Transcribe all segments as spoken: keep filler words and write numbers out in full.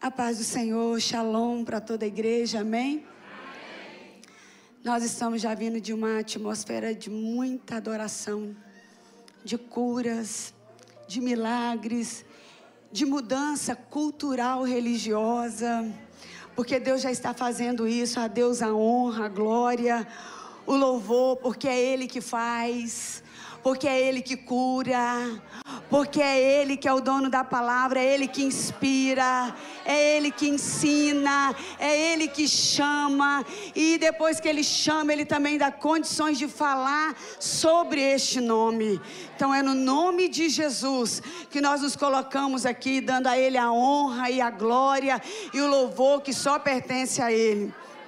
A paz do Senhor, shalom para toda a igreja, amém? Amém? Nós estamos já vindo de uma atmosfera de muita adoração, de curas, de milagres, de mudança cultural, religiosa, porque Deus já está fazendo isso. A Deus a honra, a glória, o louvor, porque é Ele que faz, porque é Ele que cura, porque é Ele que é o dono da palavra, é Ele que inspira, é Ele que ensina, é Ele que chama, e depois que Ele chama, Ele também dá condições de falar sobre este nome. Então é no nome de Jesus que nós nos colocamos aqui, dando a Ele a honra e a glória e o louvor que só pertence a Ele.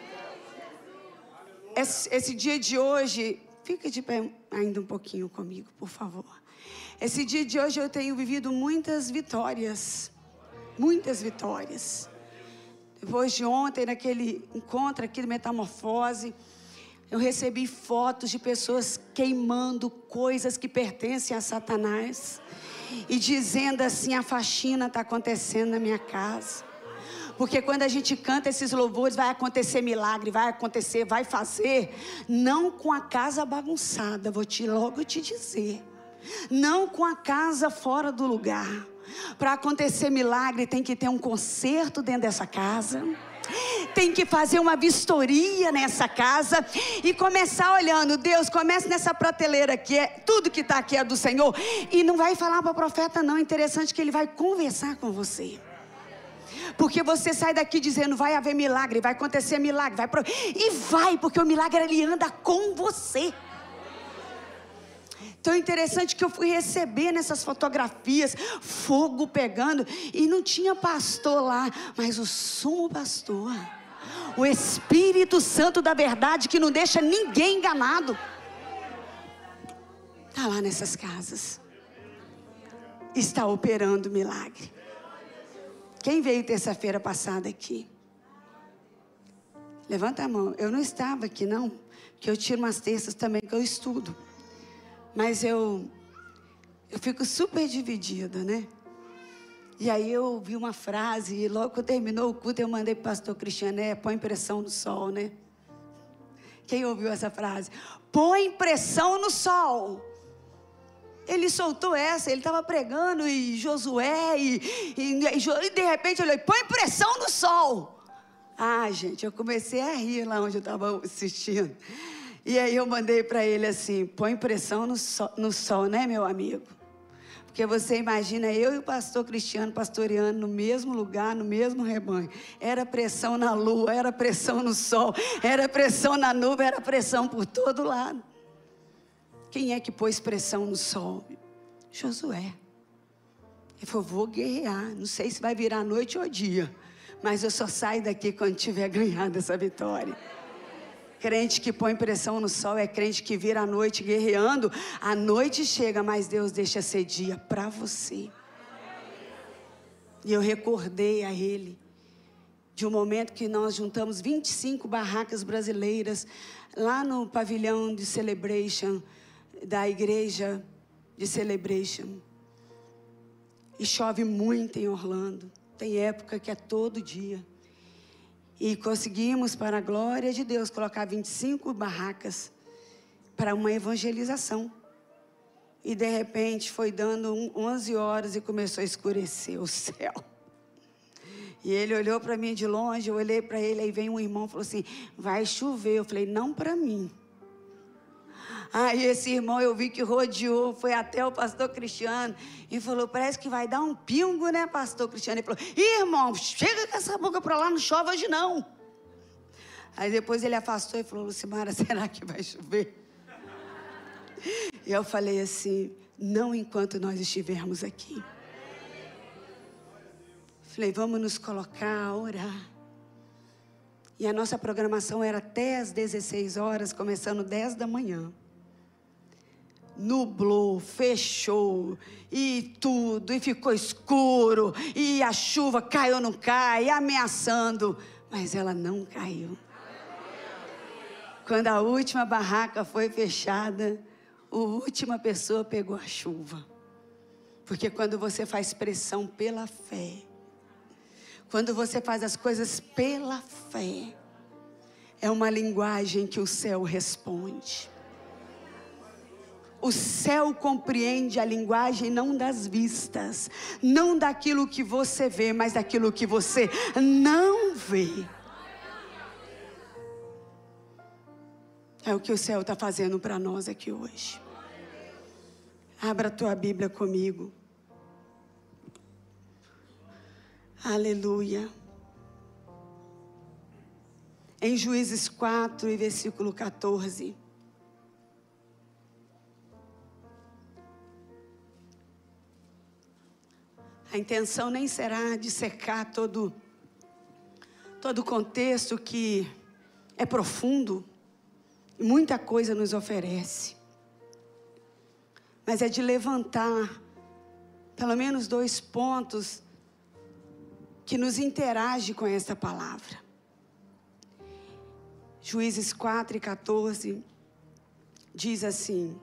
Esse, esse dia de hoje, fica de pé ainda um pouquinho comigo, por favor. Esse dia de hoje eu tenho vivido muitas vitórias, muitas vitórias. Depois de ontem, naquele encontro aqui de Metamorfose, eu recebi fotos de pessoas queimando coisas que pertencem a Satanás e dizendo assim: a faxina está acontecendo na minha casa. Porque quando a gente canta esses louvores, vai acontecer milagre, vai acontecer, vai fazer, não com a casa bagunçada, vou te logo te dizer. Não com a casa fora do lugar. Para acontecer milagre tem que ter um conserto dentro dessa casa, tem que fazer uma vistoria nessa casa e começar olhando. Deus, comece nessa prateleira aqui, é, tudo que está aqui é do Senhor. E não vai falar para o profeta não, é interessante que ele vai conversar com você. Porque você sai daqui dizendo: vai haver milagre, vai acontecer milagre, vai pro... e vai, porque o milagre ele anda com você. Então é interessante que eu fui receber nessas fotografias, fogo pegando, e não tinha pastor lá, mas o sumo pastor, o Espírito Santo da verdade, que não deixa ninguém enganado, está lá nessas casas, está operando milagre. Quem veio terça-feira passada aqui? Levanta a mão. Eu não estava aqui não, porque eu tiro umas terças também que eu estudo. Mas eu, eu fico super dividida, né? E aí eu ouvi uma frase, e logo que terminou o culto, eu mandei para o pastor Cristiano: é, põe pressão no sol, né? Quem ouviu essa frase? Põe pressão no sol. Ele soltou essa, ele estava pregando, e Josué, e, e, e de repente ele falou: põe pressão no sol. Ah, gente, eu comecei a rir lá onde eu estava assistindo. E aí eu mandei para ele assim: põe pressão no sol, no sol, né, meu amigo? Porque você imagina eu e o pastor Cristiano pastoreando no mesmo lugar, no mesmo rebanho. Era pressão na lua, era pressão no sol, era pressão na nuvem, era pressão por todo lado. Quem é que pôs pressão no sol? Josué. Ele falou: vou guerrear, não sei se vai virar noite ou dia, mas eu só saio daqui quando tiver ganhado essa vitória. Crente que põe pressão no sol é crente que vira a noite guerreando. A noite chega, mas Deus deixa ser dia para você. E eu recordei a ele de um momento que nós juntamos vinte e cinco barracas brasileiras lá no pavilhão de Celebration, da igreja de Celebration. E chove muito em Orlando. Tem época que é todo dia. E conseguimos, para a glória de Deus, colocar vinte e cinco barracas para uma evangelização. E de repente foi dando onze horas e começou a escurecer o céu. E ele olhou para mim de longe, eu olhei para ele, aí veio um irmão e falou assim: vai chover. Eu falei: não para mim. Aí esse irmão, eu vi que rodeou, foi até o pastor Cristiano e falou: parece que vai dar um pingo, né, pastor Cristiano? Ele falou: irmão, chega com essa boca para lá, não chove hoje não. Aí depois ele afastou e falou: Lucimara, será que vai chover? E eu falei assim: não enquanto nós estivermos aqui. Falei: vamos nos colocar a orar. E a nossa programação era até às dezesseis horas, começando dez da manhã. Nublou, fechou, e tudo, e ficou escuro, e a chuva caiu ou não cai, ameaçando, mas ela não caiu. Quando a última barraca foi fechada, a última pessoa pegou a chuva. Porque quando você faz pressão pela fé, Quando você faz as coisas pela fé, é uma linguagem que o céu responde. O céu compreende a linguagem não das vistas, não daquilo que você vê, mas daquilo que você não vê. É o que o céu está fazendo para nós aqui hoje. Abra a tua Bíblia comigo. Aleluia. Em Juízes quatro e versículo quatorze. A intenção nem será de secar todo, todo o contexto que é profundo e muita coisa nos oferece. Mas é de levantar pelo menos dois pontos que nos interage com esta palavra. Juízes quatro e quatorze diz assim: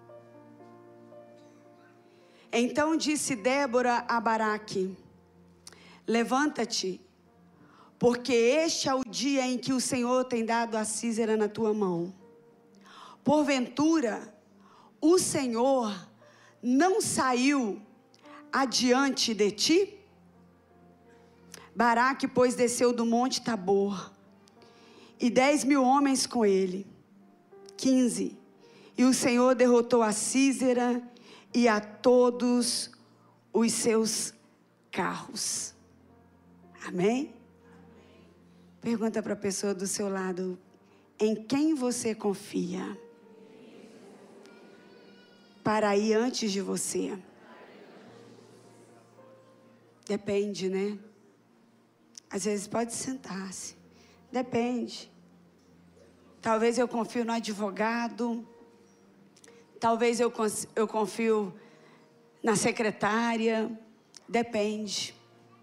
Então disse Débora a Baraque: Levanta-te, porque este é o dia em que o Senhor tem dado a Sísera na tua mão. Porventura, o Senhor não saiu adiante de ti? Baraque, pois, desceu do monte Tabor, e dez mil homens com ele. quinze. E o Senhor derrotou a Sísera e a todos os seus carros. Amém? Pergunta para a pessoa do seu lado: em quem você confia para ir antes de você? Depende, né? Às vezes pode sentar-se. Depende. Talvez eu confio no advogado. Talvez eu, eu confio na secretária. Depende.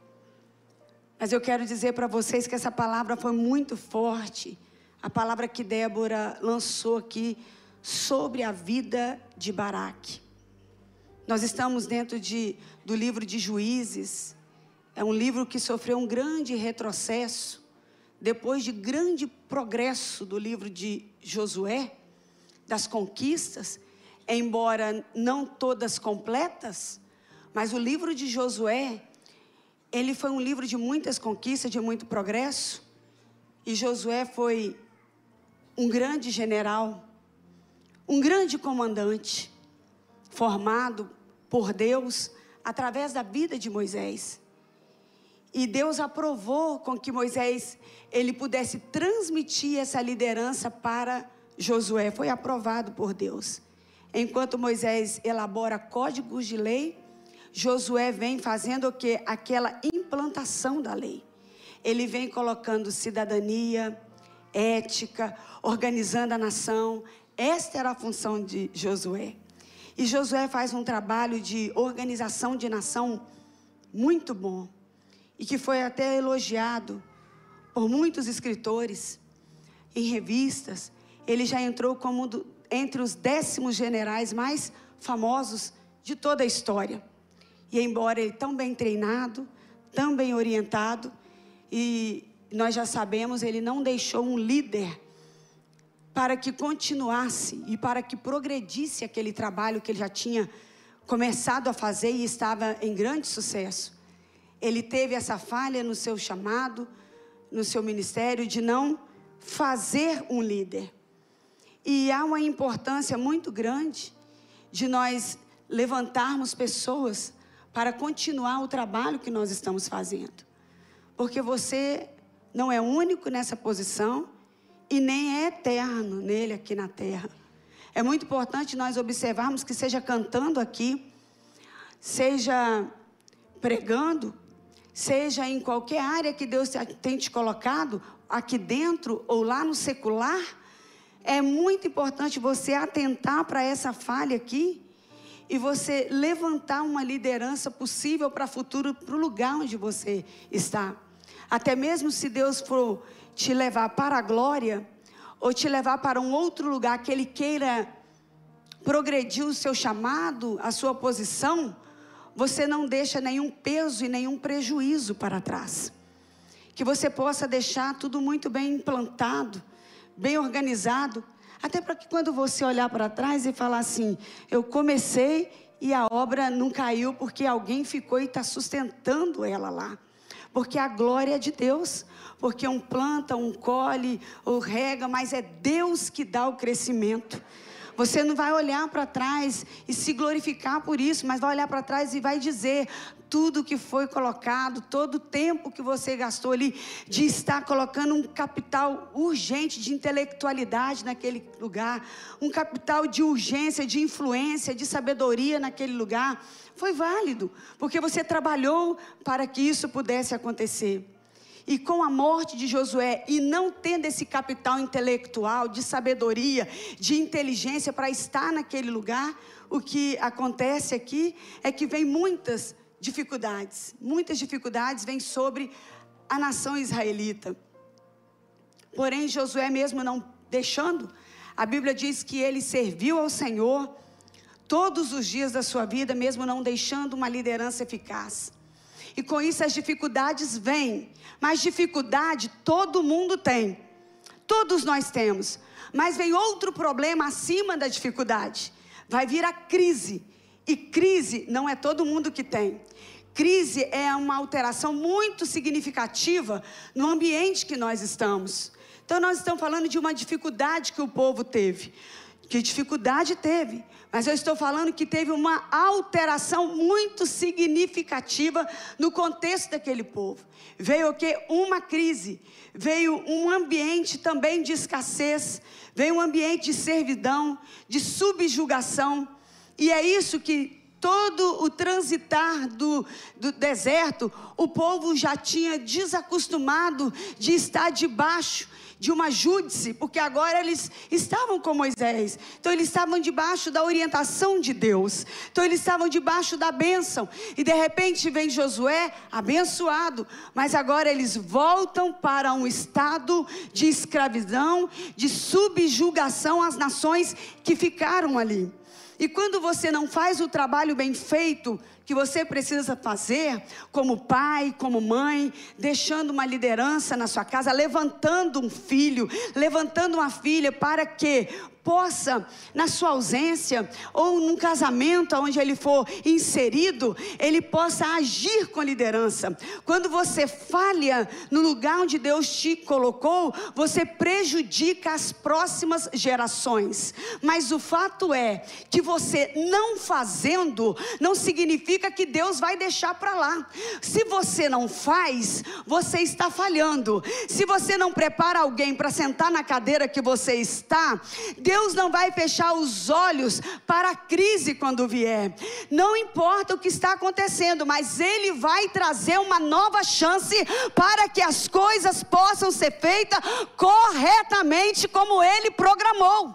Mas eu quero dizer para vocês que essa palavra foi muito forte. A palavra que Débora lançou aqui sobre a vida de Baraque. Nós estamos dentro de, do livro de Juízes. É um livro que sofreu um grande retrocesso depois de grande progresso do livro de Josué, das conquistas, embora não todas completas, mas o livro de Josué, ele foi um livro de muitas conquistas, de muito progresso, e Josué foi um grande general, um grande comandante, formado por Deus através da vida de Moisés. E Deus aprovou com que Moisés, ele pudesse transmitir essa liderança para Josué. Foi aprovado por Deus. Enquanto Moisés elabora códigos de lei, Josué vem fazendo o quê? Aquela implantação da lei. Ele vem colocando cidadania, ética, organizando a nação. Esta era a função de Josué. E Josué faz um trabalho de organização de nação muito bom. E que foi até elogiado por muitos escritores, em revistas. Ele já entrou como do, entre os décimos generais mais famosos de toda a história. E embora ele tão bem treinado, tão bem orientado, e nós já sabemos, ele não deixou um líder para que continuasse e para que progredisse aquele trabalho que ele já tinha começado a fazer e estava em grande sucesso. Ele teve essa falha no seu chamado, no seu ministério, de não fazer um líder. E há uma importância muito grande de nós levantarmos pessoas para continuar o trabalho que nós estamos fazendo. Porque você não é único nessa posição e nem é eterno nele aqui na terra. É muito importante nós observarmos que seja cantando aqui, seja pregando, seja em qualquer área que Deus tem te colocado, aqui dentro ou lá no secular, é muito importante você atentar para essa falha aqui e você levantar uma liderança possível para o futuro, para o lugar onde você está. Até mesmo se Deus for te levar para a glória, ou te levar para um outro lugar que Ele queira progredir o seu chamado, a sua posição, você não deixa nenhum peso e nenhum prejuízo para trás. que você possa deixar tudo muito bem implantado, bem organizado, até para que quando você olhar para trás e falar assim, eu comecei e a obra não caiu porque alguém ficou e está sustentando ela lá. Porque a glória é de Deus, porque um planta, um colhe, ou rega, mas é Deus que dá o crescimento. Você não vai olhar para trás e se glorificar por isso, mas vai olhar para trás e vai dizer tudo que foi colocado, todo o tempo que você gastou ali, de estar colocando um capital urgente de intelectualidade naquele lugar, um capital de urgência, de influência, de sabedoria naquele lugar, foi válido, porque você trabalhou para que isso pudesse acontecer. E com a morte de Josué, e não tendo esse capital intelectual, de sabedoria, de inteligência para estar naquele lugar, o que acontece aqui é que vem muitas dificuldades, muitas dificuldades vêm sobre a nação israelita. Porém, Josué mesmo não deixando, a Bíblia diz que ele serviu ao Senhor todos os dias da sua vida, mesmo não deixando uma liderança eficaz. E com isso as dificuldades vêm, mas dificuldade todo mundo tem, todos nós temos, mas vem outro problema acima da dificuldade, vai vir a crise, e crise não é todo mundo que tem, crise é uma alteração muito significativa no ambiente que nós estamos. Então nós estamos falando de uma dificuldade que o povo teve, que dificuldade teve, mas eu estou falando que teve uma alteração muito significativa no contexto daquele povo. Veio o quê? Uma crise, veio um ambiente também de escassez, veio um ambiente de servidão, de subjugação, e é isso que todo o transitar do, do deserto, o povo já tinha desacostumado de estar debaixo de uma júdice, porque agora eles estavam com Moisés, então eles estavam debaixo da orientação de Deus, então eles estavam debaixo da bênção, e de repente vem Josué abençoado, mas agora eles voltam para um estado de escravidão, de subjugação às nações que ficaram ali. E quando você não faz o trabalho bem feito, que você precisa fazer, como pai, como mãe, deixando uma liderança na sua casa, levantando um filho, levantando uma filha, para que possa, na sua ausência, ou num casamento onde ele for inserido, ele possa agir com liderança. Quando você falha no lugar onde Deus te colocou, você prejudica as próximas gerações. Mas o fato é, que você não fazendo, não significa que Deus vai deixar para lá. Se você não faz, você está falhando. Se você não prepara alguém para sentar na cadeira que você está, Deus não vai fechar os olhos para a crise quando vier. Não importa o que está acontecendo, mas Ele vai trazer uma nova chance para que as coisas possam ser feitas corretamente como Ele programou.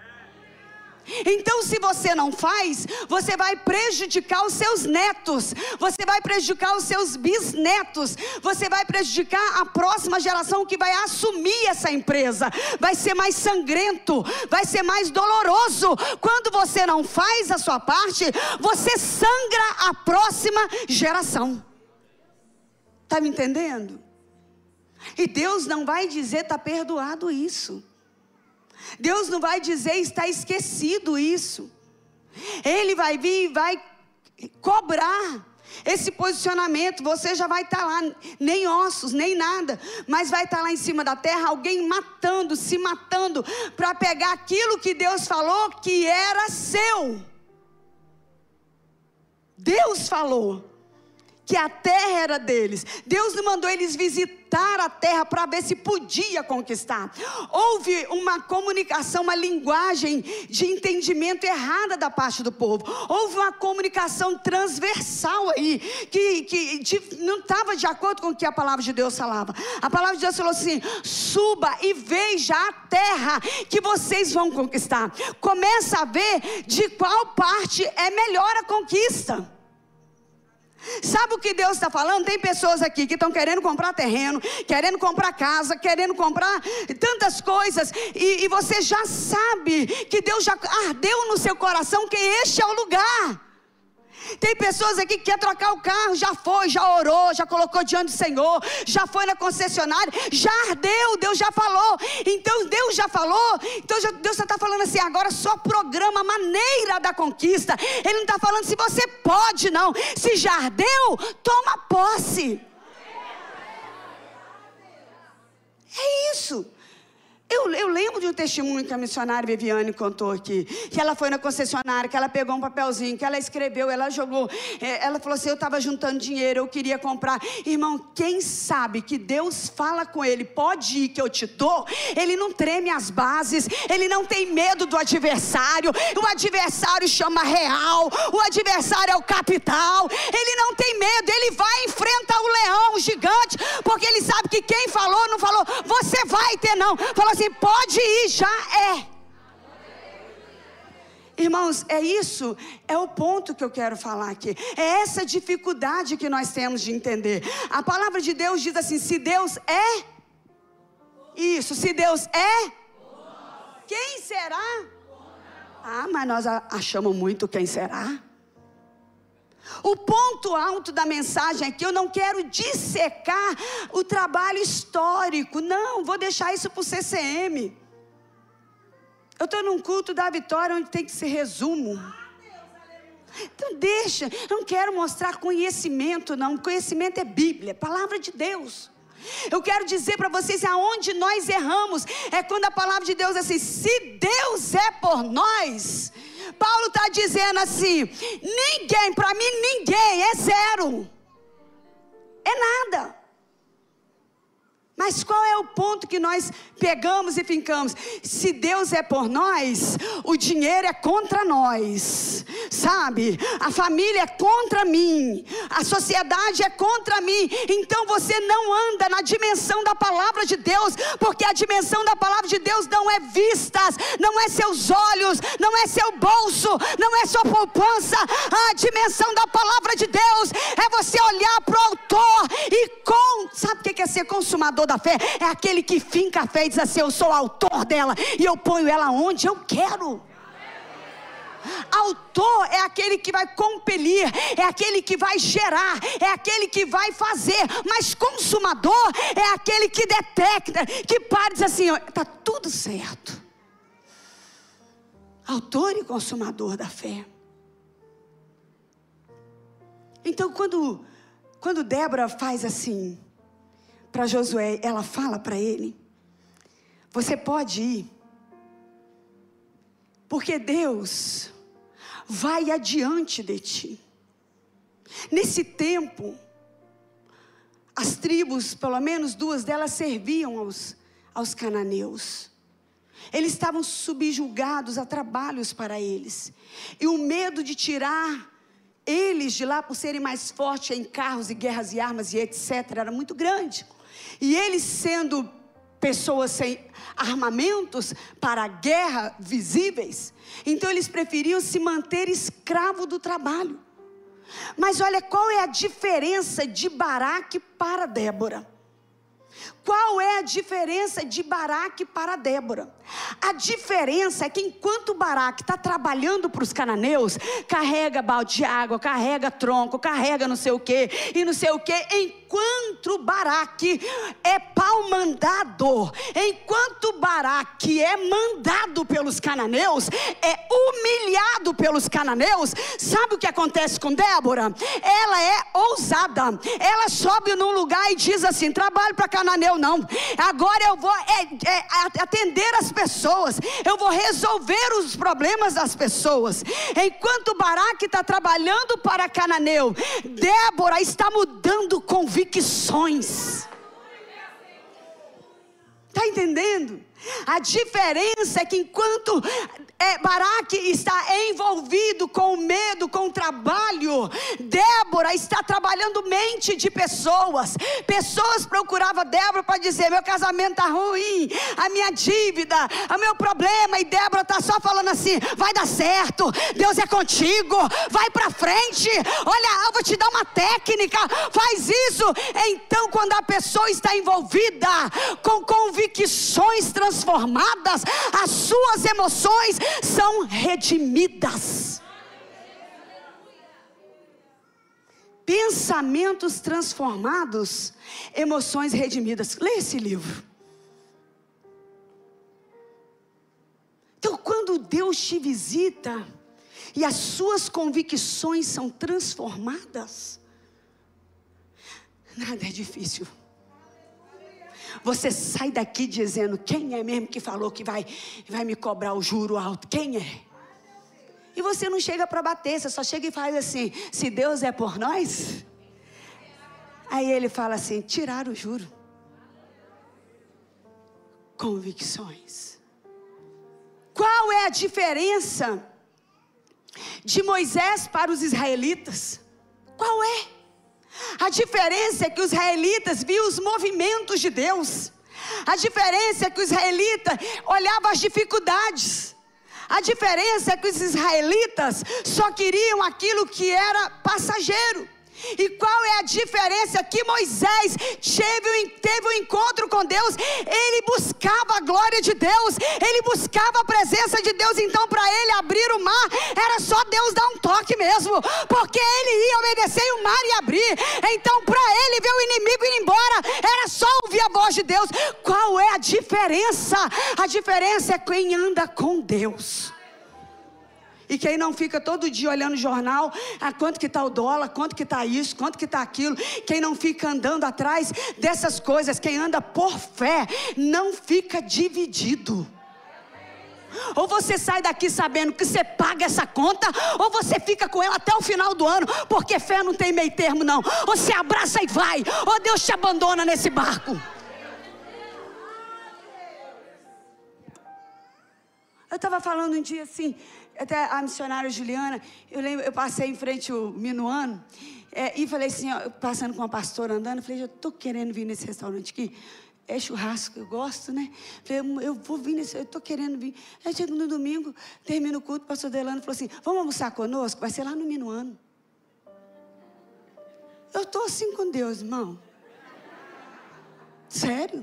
Então, se você não faz, você vai prejudicar os seus netos, você vai prejudicar os seus bisnetos, você vai prejudicar a próxima geração que vai assumir essa empresa. Vai ser mais sangrento, vai ser mais doloroso. Quando você não faz a sua parte, você sangra a próxima geração. Está me entendendo? E Deus não vai dizer está perdoado isso. Deus não vai dizer está esquecido isso. Ele vai vir e vai cobrar esse posicionamento. Você já vai estar lá, nem ossos, nem nada, mas vai estar lá em cima da terra, alguém matando, se matando, para pegar aquilo que Deus falou que era seu. Deus falou que a terra era deles. Deus não mandou eles visitar a terra para ver se podia conquistar. Houve uma comunicação, uma linguagem de entendimento errada da parte do povo. Houve uma comunicação transversal aí, que, que de, não estava de acordo com o que a palavra de Deus falava. A palavra de Deus falou assim: suba e veja a terra que vocês vão conquistar. Começa a ver de qual parte é melhor a conquista. Sabe o que Deus está falando? Tem pessoas aqui que estão querendo comprar terreno, querendo comprar casa, querendo comprar tantas coisas, e, e você já sabe que Deus já ardeu no seu coração que este é o lugar. Tem pessoas aqui que quer trocar o carro, já foi, já orou, já colocou diante do Senhor, já foi na concessionária, já ardeu, Deus já falou. Então Deus já falou, então já, Deus está falando assim, agora só programa a maneira da conquista. Ele não está falando se você pode não, se já ardeu, toma posse. É isso. Eu, eu lembro de um testemunho que a missionária Viviane contou aqui, que ela foi na concessionária, que ela pegou um papelzinho, que ela escreveu, ela jogou, ela falou assim, eu estava juntando dinheiro, eu queria comprar. Irmão, quem sabe que Deus fala com ele, pode ir que eu te dou, ele não treme as bases, ele não tem medo do adversário, o adversário chama real, o adversário é o capital, ele não tem medo, ele vai enfrentar o leão, o gigante, porque ele sabe que quem falou, não falou, você vai ter não, falou assim, pode ir, já é. Irmãos, é isso, é o ponto que eu quero falar aqui. É essa dificuldade que nós temos de entender. A palavra de Deus diz assim, se Deus é, isso, se Deus é, quem será? Ah, mas nós achamos muito quem será. O ponto alto da mensagem aqui, eu não quero dissecar o trabalho histórico, não, vou deixar isso para o C C M. Eu estou num culto da vitória onde tem que ser resumo. Então deixa, eu não quero mostrar conhecimento não, conhecimento é Bíblia, palavra de Deus. Eu quero dizer para vocês, aonde nós erramos, é quando a palavra de Deus é assim, se Deus é por nós, Paulo está dizendo assim, ninguém, para mim ninguém, é zero, é nada. Mas qual é o ponto que nós pegamos e fincamos? Se Deus é por nós, o dinheiro é contra nós, sabe? A família é contra mim, a sociedade é contra mim. Então você não anda na dimensão da palavra de Deus, porque a dimensão da palavra de Deus não é vistas, não é seus olhos, não é seu bolso, não é sua poupança. A dimensão da palavra de Deus é você olhar para o autor e com, sabe o que é ser consumador da fé? É aquele que finca a fé e diz assim, eu sou autor dela e eu ponho ela onde eu quero. Autor é aquele que vai compelir, é aquele que vai gerar, é aquele que vai fazer. Mas consumador é aquele que detecta, que para e diz assim, está tudo certo. Autor e consumador da fé. Então quando, quando Débora faz assim para Josué, ela fala para ele, você pode ir, porque Deus vai adiante de ti. Nesse tempo, as tribos, pelo menos duas delas, serviam aos, aos cananeus. Eles estavam subjugados a trabalhos para eles, e o medo de tirar eles de lá, por serem mais fortes em carros e guerras e armas e etcétera, era muito grande. E eles sendo pessoas sem armamentos para a guerra visíveis, então eles preferiam se manter escravo do trabalho. Mas olha qual é a diferença de Baraque para Débora. Qual é a diferença de Baraque para Débora? A diferença é que enquanto Baraque está trabalhando para os cananeus, carrega balde de água, carrega tronco, carrega não sei o que, e não sei o que, enquanto Baraque é pau mandado, enquanto Baraque é mandado pelos cananeus, é humilhado pelos cananeus, sabe o que acontece com Débora? Ela é ousada, ela sobe num lugar e diz assim, trabalho para cananeu não, agora eu vou é, é, atender as pessoas, eu vou resolver os problemas das pessoas. Enquanto Baraque está trabalhando para cananeu, Débora está mudando convicções. Está entendendo? A diferença é que enquanto é, Baraque está envolvido com o medo, com o trabalho, Débora está trabalhando mente de pessoas. Pessoas procuravam Débora para dizer, meu casamento está ruim, a minha dívida, o meu problema, e Débora está só falando assim, vai dar certo, Deus é contigo, vai para frente, olha, eu vou te dar uma técnica, faz isso. Então quando a pessoa está envolvida com convicções transformadas, as suas emoções são redimidas. Pensamentos transformados, emoções redimidas. Leia esse livro. Então, quando Deus te visita e as suas convicções são transformadas, nada é difícil. Você sai daqui dizendo: quem é mesmo que falou que vai, vai me cobrar o juro alto? Quem é? E você não chega para bater, você só chega e faz assim: se Deus é por nós. Aí ele fala assim: tirar o juro. Convicções. Qual é a diferença de Moisés para os israelitas? Qual é? A diferença é que os israelitas viam os movimentos de Deus. A diferença é que os israelitas olhavam as dificuldades. A diferença é que os israelitas só queriam aquilo que era passageiro. E qual é a diferença? Que Moisés teve, teve um encontro com Deus. Ele buscava a glória de Deus, ele buscava a presença de Deus. Então para ele abrir o mar, era só Deus dar um toque mesmo, porque ele ia obedecer e o mar ia abrir. Então para ele ver o inimigo ir embora, era só ouvir a voz de Deus. Qual é a diferença? A diferença é quem anda com Deus. E quem não fica todo dia olhando o jornal, ah, quanto que está o dólar, quanto que está isso, quanto que está aquilo. Quem não fica andando atrás dessas coisas, quem anda por fé, não fica dividido. Ou você sai daqui sabendo que você paga essa conta, ou você fica com ela até o final do ano, porque fé não tem meio termo não. Ou você abraça e vai, ou Deus te abandona nesse barco. Eu estava falando um dia assim, até a missionária Juliana, eu lembro, eu passei em frente ao Minuano, é, e falei assim, ó, passando com uma pastora andando, eu falei: eu estou querendo vir nesse restaurante aqui, é churrasco, eu gosto, né? Falei: eu vou vir nesse, eu estou querendo vir. Aí chego no domingo, termino o culto, o pastor Delano falou assim: vamos almoçar conosco? Vai ser lá no Minuano. Eu estou assim com Deus, irmão. Sério?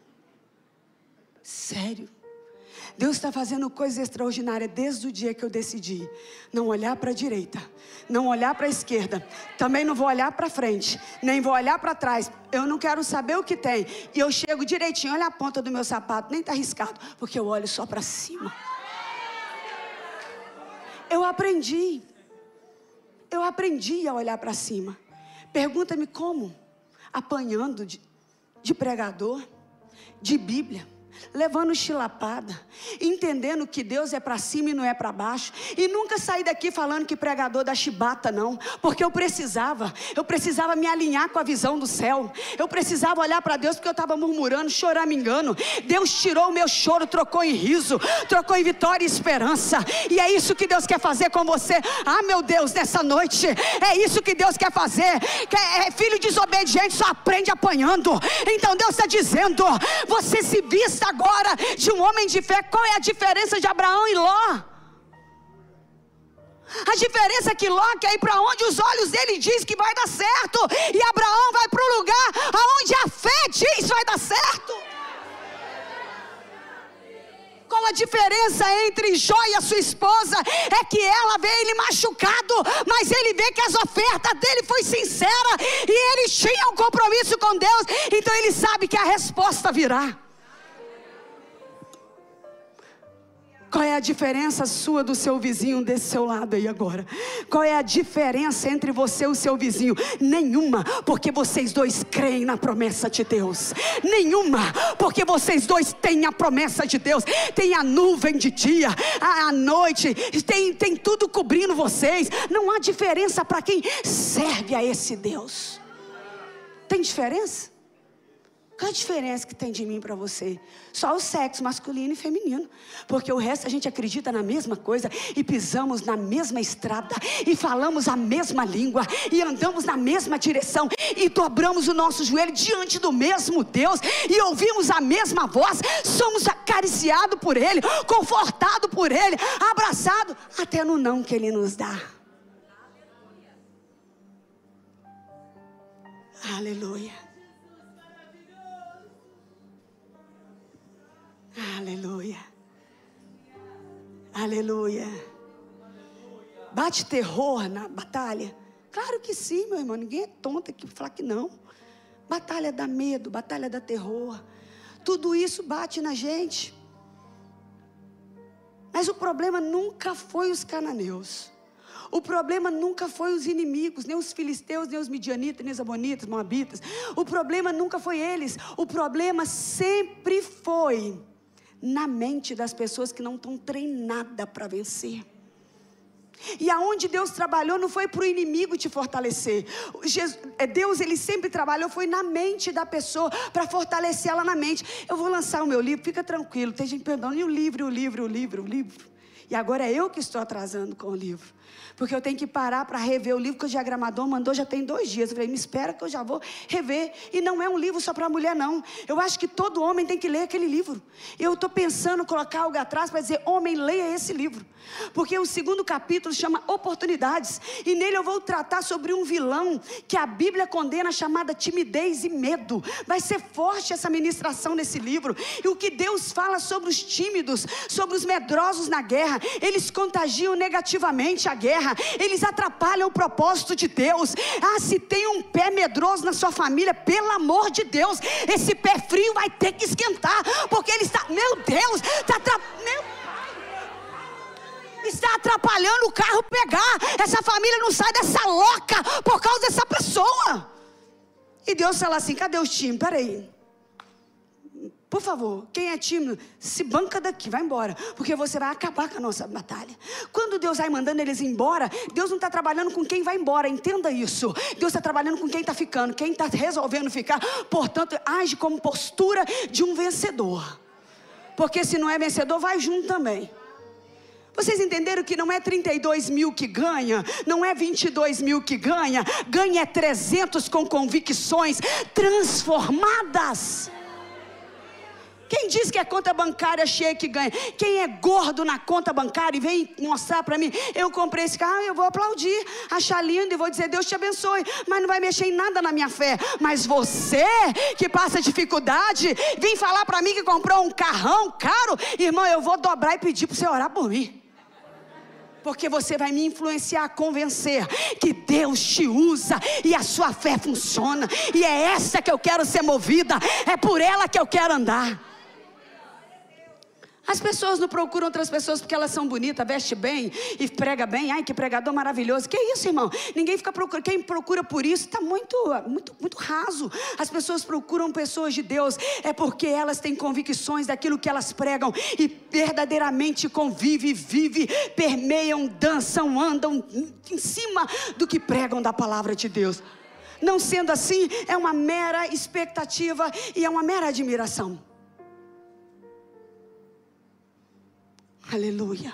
Sério? Deus está fazendo coisas extraordinárias desde o dia que eu decidi não olhar para a direita, não olhar para a esquerda, também não vou olhar para frente, nem vou olhar para trás. Eu não quero saber o que tem. E eu chego direitinho, olha a ponta do meu sapato, nem está riscado, porque eu olho só para cima. Eu aprendi, eu aprendi a olhar para cima. Pergunta-me como? Apanhando de, de pregador, de Bíblia, levando chilapada, entendendo que Deus é para cima e não é para baixo. E nunca saí daqui falando que pregador dá chibata não, porque eu precisava, eu precisava me alinhar com a visão do céu. Eu precisava olhar para Deus, porque eu estava murmurando, choramingando. Deus tirou o meu choro, trocou em riso, trocou em vitória e esperança. E é isso que Deus quer fazer com você. Ah, meu Deus, nessa noite, é isso que Deus quer fazer. É, filho desobediente só aprende apanhando. Então Deus está dizendo: você se vista agora de um homem de fé. Qual é a diferença de Abraão e Ló? A diferença é que Ló quer ir para onde os olhos dele diz que vai dar certo, e Abraão vai para o lugar aonde a fé diz vai dar certo. Qual a diferença entre Jó e a sua esposa? É que ela vê ele machucado, mas ele vê que as ofertas dele foi sincera, e ele tinha um compromisso com Deus. Então ele sabe que a resposta virá. Qual é a diferença sua do seu vizinho desse seu lado aí agora? Qual é a diferença entre você e o seu vizinho? Nenhuma, porque vocês dois creem na promessa de Deus. Nenhuma, porque vocês dois têm a promessa de Deus. Tem a nuvem de dia, a, a noite, tem, tem tudo cobrindo vocês. Não há diferença para quem serve a esse Deus. Tem diferença? Qual a diferença que tem de mim para você? Só o sexo masculino e feminino, porque o resto a gente acredita na mesma coisa, e pisamos na mesma estrada, e falamos a mesma língua, e andamos na mesma direção, e dobramos o nosso joelho diante do mesmo Deus, e ouvimos a mesma voz. Somos acariciados por Ele, confortados por Ele, abraçados até no não que Ele nos dá. Aleluia. Aleluia, aleluia. Bate terror na batalha? Claro que sim, meu irmão. Ninguém é tonto aqui para falar que não. Batalha dá medo, batalha dá terror. Tudo isso bate na gente. Mas o problema nunca foi os cananeus. O problema nunca foi os inimigos, nem os filisteus, nem os midianitas, nem os amonitas, moabitas. O problema nunca foi eles. O problema sempre foi na mente das pessoas que não estão treinadas para vencer. E aonde Deus trabalhou não foi para o inimigo te fortalecer. Jesus, Deus ele sempre trabalhou, foi na mente da pessoa, para fortalecer ela na mente. Eu vou lançar o meu livro, fica tranquilo. Tem gente perguntando, e o livro, o livro, o livro, o livro? E agora é eu que estou atrasando com o livro. Porque eu tenho que parar para rever o livro que o diagramador mandou já tem dois dias. Eu falei, me espera que eu já vou rever. E não é um livro só para mulher não. Eu acho que todo homem tem que ler aquele livro. Eu estou pensando em colocar algo atrás para dizer, homem, leia esse livro. Porque o segundo capítulo chama Oportunidades. E nele eu vou tratar sobre um vilão que a Bíblia condena, chamada timidez e medo. Vai ser forte essa ministração nesse livro. E o que Deus fala sobre os tímidos, sobre os medrosos na guerra. Eles contagiam negativamente a guerra. Eles atrapalham o propósito de Deus. Ah, se tem um pé medroso na sua família, pelo amor de Deus, esse pé frio vai ter que esquentar, porque ele está, meu Deus, está atrapalhando, meu Pai, está atrapalhando o carro pegar. Essa família não sai dessa louca por causa dessa pessoa. E Deus fala assim, cadê os tímidos? Peraí, por favor, quem é tímido, se banca daqui, vai embora, porque você vai acabar com a nossa batalha. Quando Deus vai mandando eles embora, Deus não está trabalhando com quem vai embora, entenda isso. Deus está trabalhando com quem está ficando, quem está resolvendo ficar. Portanto, age como postura de um vencedor, porque se não é vencedor, vai junto também. Vocês entenderam que não é trinta e dois mil que ganha, não é vinte e dois mil que ganha, ganha é trezentos com convicções transformadas. Quem diz que é conta bancária cheia que ganha? Quem é gordo na conta bancária e vem mostrar para mim, eu comprei esse carro, eu vou aplaudir, achar lindo e vou dizer, Deus te abençoe, mas não vai mexer em nada na minha fé. Mas você que passa dificuldade, vem falar para mim que comprou um carrão caro, irmão, eu vou dobrar e pedir para você orar por mim. Porque você vai me influenciar a convencer que Deus te usa e a sua fé funciona. E é essa que eu quero ser movida, é por ela que eu quero andar. As pessoas não procuram outras pessoas porque elas são bonitas, veste bem e prega bem. Ai, que pregador maravilhoso. Que isso, irmão? Ninguém fica procurando. Quem procura por isso está muito, muito, muito raso. As pessoas procuram pessoas de Deus é porque elas têm convicções daquilo que elas pregam e verdadeiramente convivem, vivem, permeiam, dançam, andam em cima do que pregam da palavra de Deus. Não sendo assim, é uma mera expectativa e é uma mera admiração. Aleluia.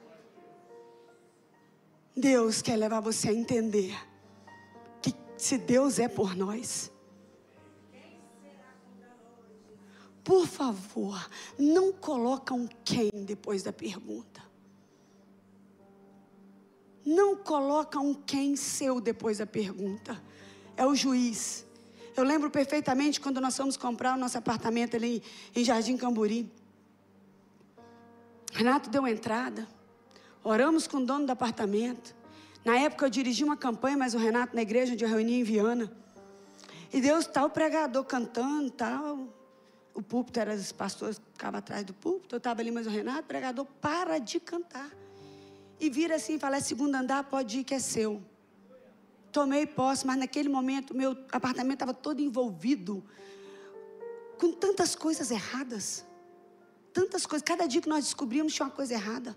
Deus quer levar você a entender que se Deus é por nós, por favor, não coloca um quem depois da pergunta. Não coloca um quem seu depois da pergunta. É o juiz. Eu lembro perfeitamente quando nós fomos comprar o nosso apartamento ali em Jardim Camburi. Renato deu entrada, oramos com o dono do apartamento. Na época eu dirigi uma campanha, mas o Renato na igreja onde eu reunia em Viana. E Deus, tal pregador cantando, tal. O púlpito era os pastores que ficavam atrás do púlpito. Eu estava ali, mas o Renato, pregador, para de cantar. E vira assim e fala, é segundo andar, pode ir que é seu. Tomei posse, mas naquele momento meu apartamento estava todo envolvido com tantas coisas erradas. Tantas coisas, cada dia que nós descobrimos tinha uma coisa errada.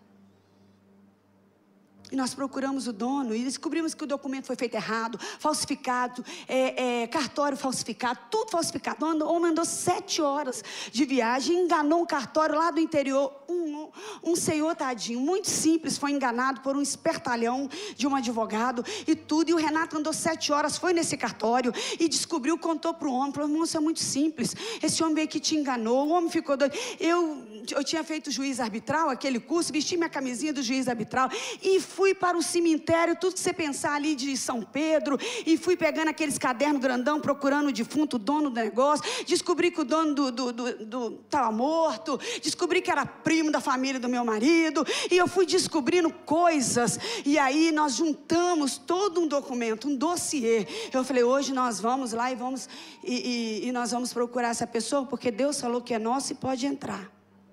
E nós procuramos o dono e descobrimos que o documento foi feito errado, falsificado, é, é, cartório falsificado, tudo falsificado. O homem andou sete horas de viagem, enganou um cartório lá do interior. Um, um senhor tadinho, muito simples, foi enganado por um espertalhão de um advogado e tudo. E o Renato andou sete horas, foi nesse cartório e descobriu, contou para o homem, falou, irmão, isso é muito simples. Esse homem veio que te enganou, o homem ficou doido. Eu eu tinha feito juiz arbitral, aquele curso, vesti minha camisinha do juiz arbitral e fui para o cemitério, tudo que você pensar ali de São Pedro, e fui pegando aqueles cadernos grandão, procurando o defunto, o dono do negócio, descobri que o dono do, do, do, do estava morto, descobri que era primo da família do meu marido, e eu fui descobrindo coisas, e aí nós juntamos todo um documento, um dossiê. Eu falei, hoje nós vamos lá e vamos, e, e, e nós vamos procurar essa pessoa, porque Deus falou que é nosso e pode entrar.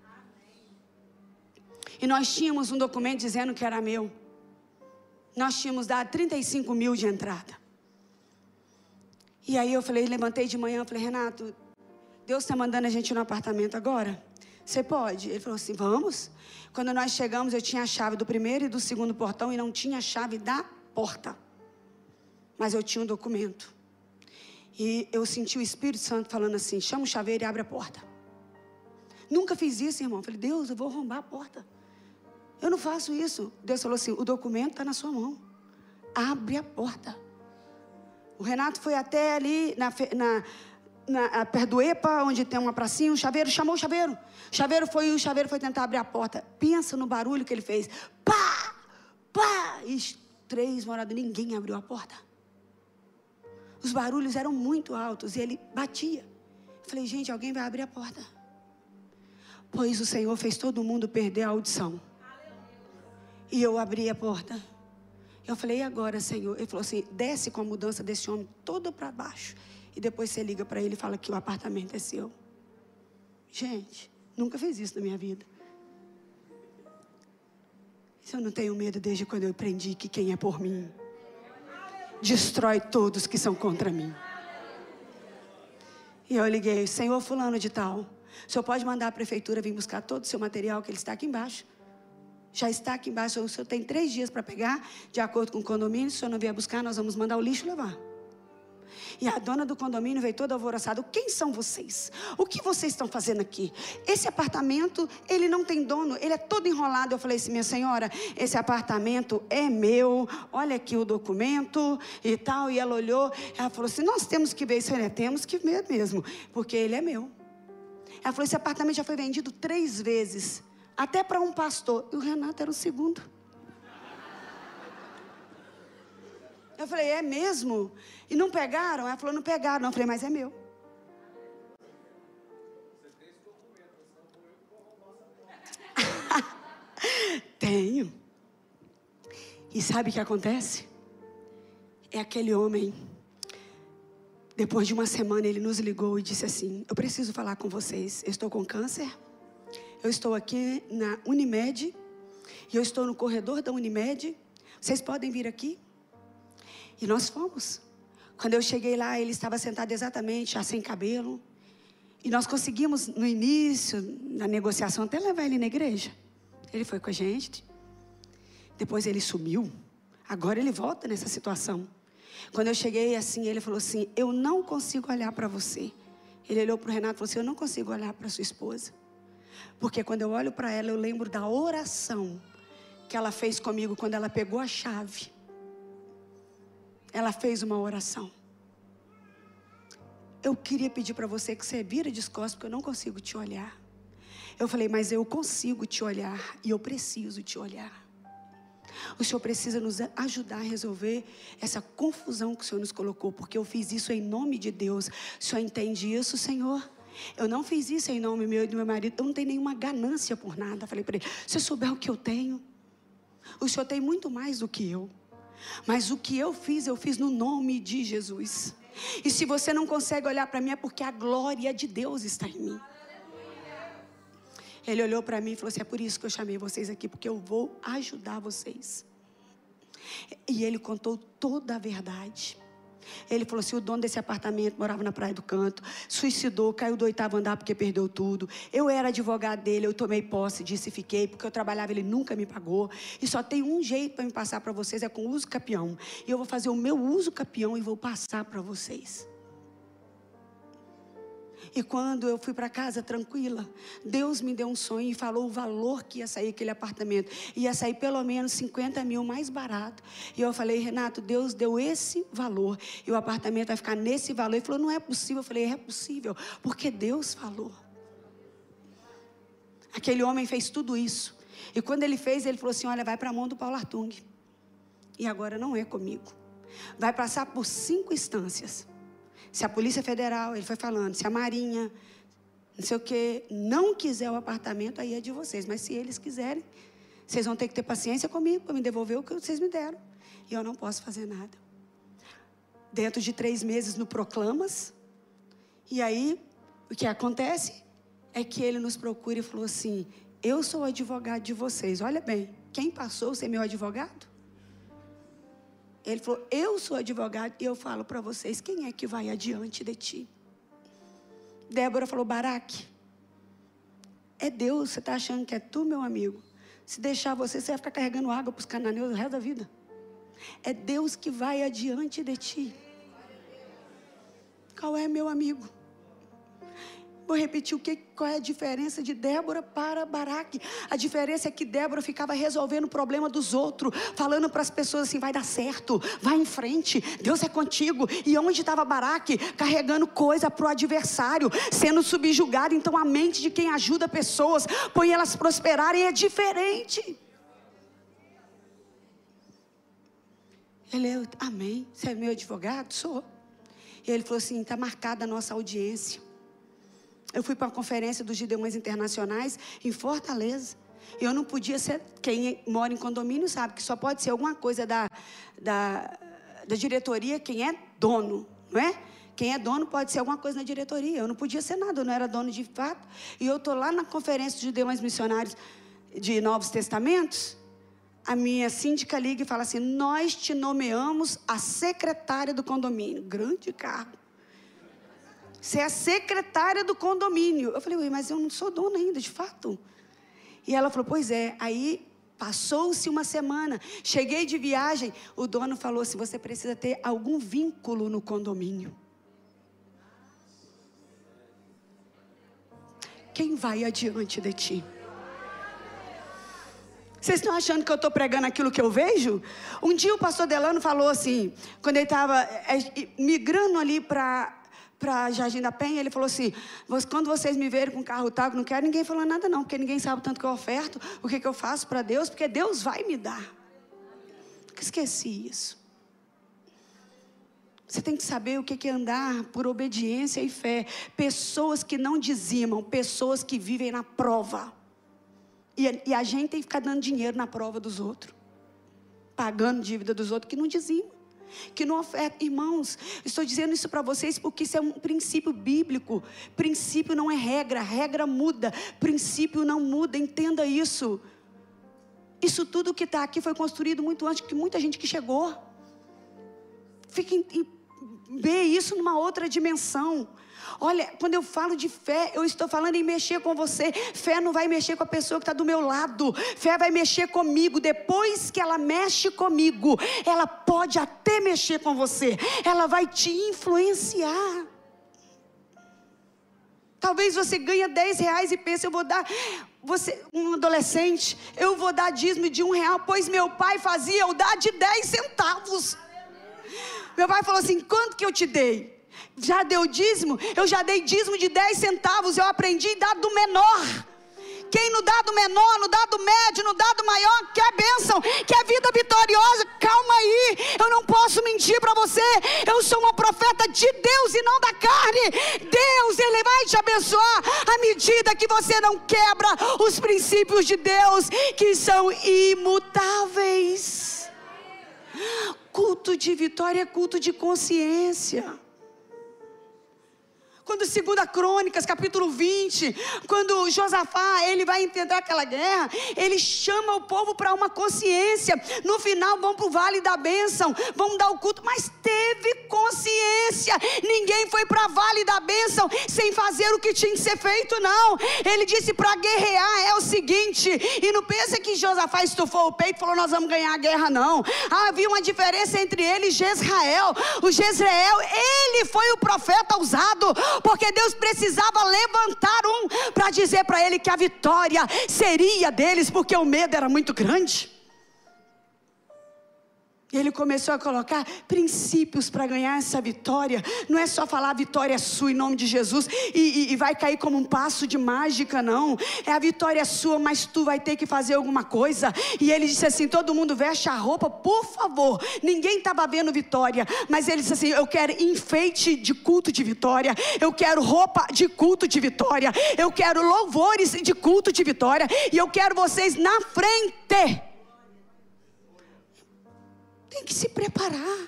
E nós tínhamos um documento dizendo que era meu. Nós tínhamos dado trinta e cinco mil de entrada. E aí eu falei, levantei de manhã, falei, Renato, Deus está mandando a gente ir no apartamento agora? Você pode? Ele falou assim, vamos. Quando nós chegamos, eu tinha a chave do primeiro e do segundo portão e não tinha a chave da porta. Mas eu tinha um documento. E eu senti o Espírito Santo falando assim, chama o chaveiro e abre a porta. Nunca fiz isso, irmão. Eu falei, Deus, eu vou arrombar a porta. Eu não faço isso. Deus falou assim, o documento está na sua mão. Abre a porta. O Renato foi até ali, na, na, na, perto do EPA, onde tem uma pracinha, um chaveiro, chamou o chaveiro. O chaveiro foi, o chaveiro foi tentar abrir a porta. Pensa no barulho que ele fez. Pá! Pá! E três moradores, ninguém abriu a porta. Os barulhos eram muito altos e ele batia. Eu falei, gente, alguém vai abrir a porta. Pois o Senhor fez todo mundo perder a audição. E eu abri a porta. Eu falei, e agora, Senhor? Ele falou assim, desce com a mudança desse homem toda para baixo. E depois você liga para ele e fala que o apartamento é seu. Gente, nunca fiz isso na minha vida. Isso eu não tenho medo desde quando eu aprendi que quem é por mim destrói todos que são contra mim. E eu liguei, Senhor fulano de tal, o senhor pode mandar a prefeitura vir buscar todo o seu material, que ele está aqui embaixo. Já está aqui embaixo, o senhor tem três dias para pegar, de acordo com o condomínio. Se o senhor não vier buscar, nós vamos mandar o lixo levar. E a dona do condomínio veio toda alvoroçada. Quem são vocês? O que vocês estão fazendo aqui? Esse apartamento, ele não tem dono, ele é todo enrolado. Eu falei assim, minha senhora, esse apartamento é meu, olha aqui o documento e tal. E ela olhou, ela falou assim, nós temos que ver isso. Eu, temos que ver mesmo, porque ele é meu. Ela falou, esse apartamento já foi vendido três vezes, até para um pastor. E o Renato era o segundo. Eu falei, é mesmo? E não pegaram? Ela falou, não pegaram. Eu falei, mas é meu. Tenho. E sabe o que acontece? É aquele homem, depois de uma semana ele nos ligou e disse assim, eu preciso falar com vocês, eu estou com câncer. Eu estou aqui na Unimed, e eu estou no corredor da Unimed, vocês podem vir aqui? E nós fomos. Quando eu cheguei lá, ele estava sentado exatamente, já sem cabelo, e nós conseguimos, no início, na negociação, até levar ele na igreja. Ele foi com a gente, depois ele sumiu, agora ele volta nessa situação. Quando eu cheguei assim, ele falou assim, eu não consigo olhar para você. Ele olhou para o Renato e falou assim, eu não consigo olhar para sua esposa. Porque quando eu olho para ela, eu lembro da oração que ela fez comigo quando ela pegou a chave. Ela fez uma oração. Eu queria pedir para você que você vira de costas, porque eu não consigo te olhar. Eu falei, mas eu consigo te olhar e eu preciso te olhar. O Senhor precisa nos ajudar a resolver essa confusão que o Senhor nos colocou, porque eu fiz isso em nome de Deus. O Senhor entende isso, Senhor? Eu não fiz isso em nome meu e do meu marido. Eu não tenho nenhuma ganância por nada. Falei para ele, se eu souber o que eu tenho, o Senhor tem muito mais do que eu. Mas o que eu fiz, eu fiz no nome de Jesus. E se você não consegue olhar para mim, é porque a glória de Deus está em mim. Ele olhou para mim e falou assim, é por isso que eu chamei vocês aqui, porque eu vou ajudar vocês. E ele contou toda a verdade. Ele falou assim, o dono desse apartamento morava na Praia do Canto, suicidou, caiu do oitavo andar porque perdeu tudo. Eu era advogado dele, eu tomei posse disso e fiquei, porque eu trabalhava, ele nunca me pagou. E só tem um jeito para me passar para vocês, é com uso capião. E eu vou fazer o meu uso capião e vou passar para vocês. E quando eu fui para casa tranquila, Deus me deu um sonho e falou o valor que ia sair aquele apartamento. Ia sair pelo menos cinquenta mil mais barato. E eu falei, Renato, Deus deu esse valor e o apartamento vai ficar nesse valor. Ele falou, não é possível. Eu falei, é possível, porque Deus falou. Aquele homem fez tudo isso. E quando ele fez, ele falou assim, olha, vai para a mão do Paulo Artung. E agora não é comigo. Vai passar por cinco instâncias. Se a Polícia Federal, ele foi falando, se a Marinha, não sei o que, não quiser o apartamento, aí é de vocês. Mas se eles quiserem, vocês vão ter que ter paciência comigo para me devolver o que vocês me deram. E eu não posso fazer nada. Dentro de três meses no Proclamas. E aí, o que acontece é que ele nos procura e falou assim, eu sou o advogado de vocês. Olha bem, quem passou a ser meu advogado? Ele falou, eu sou advogado e eu falo para vocês, quem é que vai adiante de ti? Débora falou, Baraque, é Deus, você está achando que é tu, meu amigo? Se deixar você, você vai ficar carregando água para os cananeus o resto da vida. É Deus que vai adiante de ti. Qual é, meu amigo? Vou repetir o que, qual é a diferença de Débora para Baraque. A diferença é que Débora ficava resolvendo o problema dos outros, falando para as pessoas assim, vai dar certo, vai em frente, Deus é contigo. E onde estava Baraque? Carregando coisa para o adversário, sendo subjugado. Então a mente de quem ajuda pessoas, põe elas prosperarem, é diferente. Ele é, amém, você é meu advogado? Sou. E ele falou assim, está marcada a nossa audiência. Eu fui para uma conferência dos Gideões Internacionais em Fortaleza. Eu não podia ser, quem mora em condomínio sabe que só pode ser alguma coisa da, da, da diretoria, quem é dono, não é? Quem é dono pode ser alguma coisa na diretoria. Eu não podia ser nada, eu não era dono de fato. E eu estou lá na conferência dos Gideões Missionários de Novos Testamentos. A minha síndica liga e fala assim, nós te nomeamos a secretária do condomínio. Grande cargo. Você é a secretária do condomínio. Eu falei, mas eu não sou dona ainda, de fato. E ela falou, pois é. Aí passou-se uma semana. Cheguei de viagem. O dono falou assim, você precisa ter algum vínculo no condomínio. Quem vai adiante de ti? Vocês estão achando que eu estou pregando aquilo que eu vejo? Um dia o pastor Delano falou assim, quando ele estava é, migrando ali para... para Jardim da Penha, ele falou assim, quando vocês me verem com carro tal, não quero ninguém falando nada não, porque ninguém sabe tanto que eu oferto, o que, que eu faço para Deus, porque Deus vai me dar. Eu esqueci isso. Você tem que saber o que é andar por obediência e fé. Pessoas que não dizimam, pessoas que vivem na prova. E a, e a gente tem que ficar dando dinheiro na prova dos outros, pagando dívida dos outros que não dizimam. Que não oferta, irmãos, estou dizendo isso para vocês porque isso é um princípio bíblico. Princípio não é regra, regra muda, princípio não muda, entenda isso. Isso tudo que está aqui foi construído muito antes que muita gente que chegou. Fiquem, vê isso numa outra dimensão. Olha, quando eu falo de fé, eu estou falando em mexer com você. Fé não vai mexer com a pessoa que está do meu lado. Fé vai mexer comigo. Depois que ela mexe comigo, ela pode até mexer com você. Ela vai te influenciar. Talvez você ganhe dez reais e pense, eu vou dar... Você, um adolescente, eu vou dar dízimo de um real, pois meu pai fazia eu dar de dez centavos. Meu pai falou assim, quanto que eu te dei? Já deu dízimo? Eu já dei dízimo de dez centavos, eu aprendi a dar do menor. Quem no dado menor, no dado médio, no dado maior, quer bênção, quer vida vitoriosa, calma aí, eu não posso mentir para você, eu sou uma profeta de Deus e não da carne. Deus, Ele vai te abençoar à medida que você não quebra os princípios de Deus, que são imutáveis. Culto de vitória é culto de consciência. Quando segunda Crônicas, capítulo vinte, quando Josafá, ele vai enfrentar aquela guerra, ele chama o povo para uma consciência. No final vão para o vale da bênção, vão dar o culto, mas teve consciência. Ninguém foi para o vale da bênção sem fazer o que tinha que ser feito, não. Ele disse para guerrear é o seguinte, e não pensa que Josafá estufou o peito e falou, nós vamos ganhar a guerra, não. Havia uma diferença entre ele e Jezreel. O Jezreel, ele foi o profeta usado, porque Deus precisava levantar um para dizer para ele que a vitória seria deles, porque o medo era muito grande. E ele começou a colocar princípios para ganhar essa vitória. Não é só falar a vitória é sua em nome de Jesus e, e, e vai cair como um passo de mágica, não. É a vitória é sua, mas tu vai ter que fazer alguma coisa. E ele disse assim, todo mundo veste a roupa, por favor. Ninguém estava vendo vitória, mas ele disse assim, eu quero enfeite de culto de vitória. Eu quero roupa de culto de vitória. Eu quero louvores de culto de vitória. E eu quero vocês na frente. Tem que se preparar.